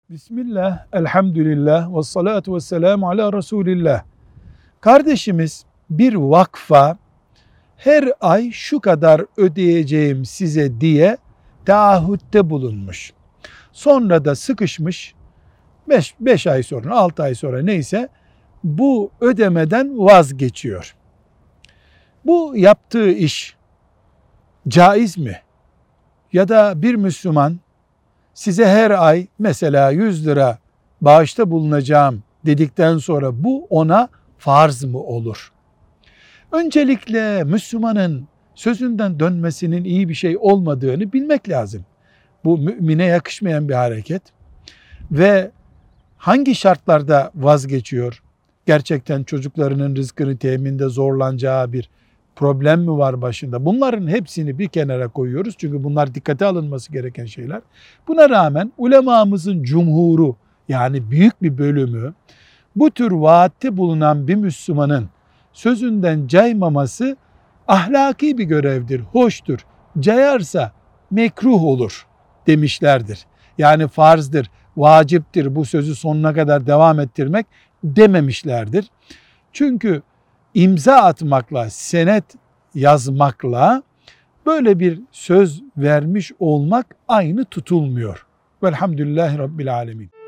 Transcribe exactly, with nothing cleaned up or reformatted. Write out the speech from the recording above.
Bismillah, elhamdülillah, ve salatu ve selamu ala Resulillah. Kardeşimiz bir vakfa her ay şu kadar ödeyeceğim size diye taahhütte bulunmuş. Sonra da sıkışmış, beş ay sonra, altı ay sonra neyse bu ödemeden vazgeçiyor. Bu yaptığı iş caiz mi? Ya da bir Müslüman size her ay mesela yüz lira bağışta bulunacağım dedikten sonra bu ona farz mı olur? Öncelikle Müslümanın sözünden dönmesinin iyi bir şey olmadığını bilmek lazım. Bu mümine yakışmayan bir hareket. Ve hangi şartlarda vazgeçiyor? Gerçekten çocuklarının rızkını teminde zorlanacağı bir problem mi var başında? Bunların hepsini bir kenara koyuyoruz. Çünkü bunlar dikkate alınması gereken şeyler. Buna rağmen ulemamızın cumhuru, yani büyük bir bölümü bu tür vaatte bulunan bir Müslümanın sözünden caymaması ahlaki bir görevdir, hoştur. Cayarsa mekruh olur demişlerdir. Yani farzdır, vaciptir bu sözü sonuna kadar devam ettirmek dememişlerdir. Çünkü imza atmakla, senet yazmakla böyle bir söz vermiş olmak aynı tutulmuyor. Velhamdülillahi Rabbil Alemin.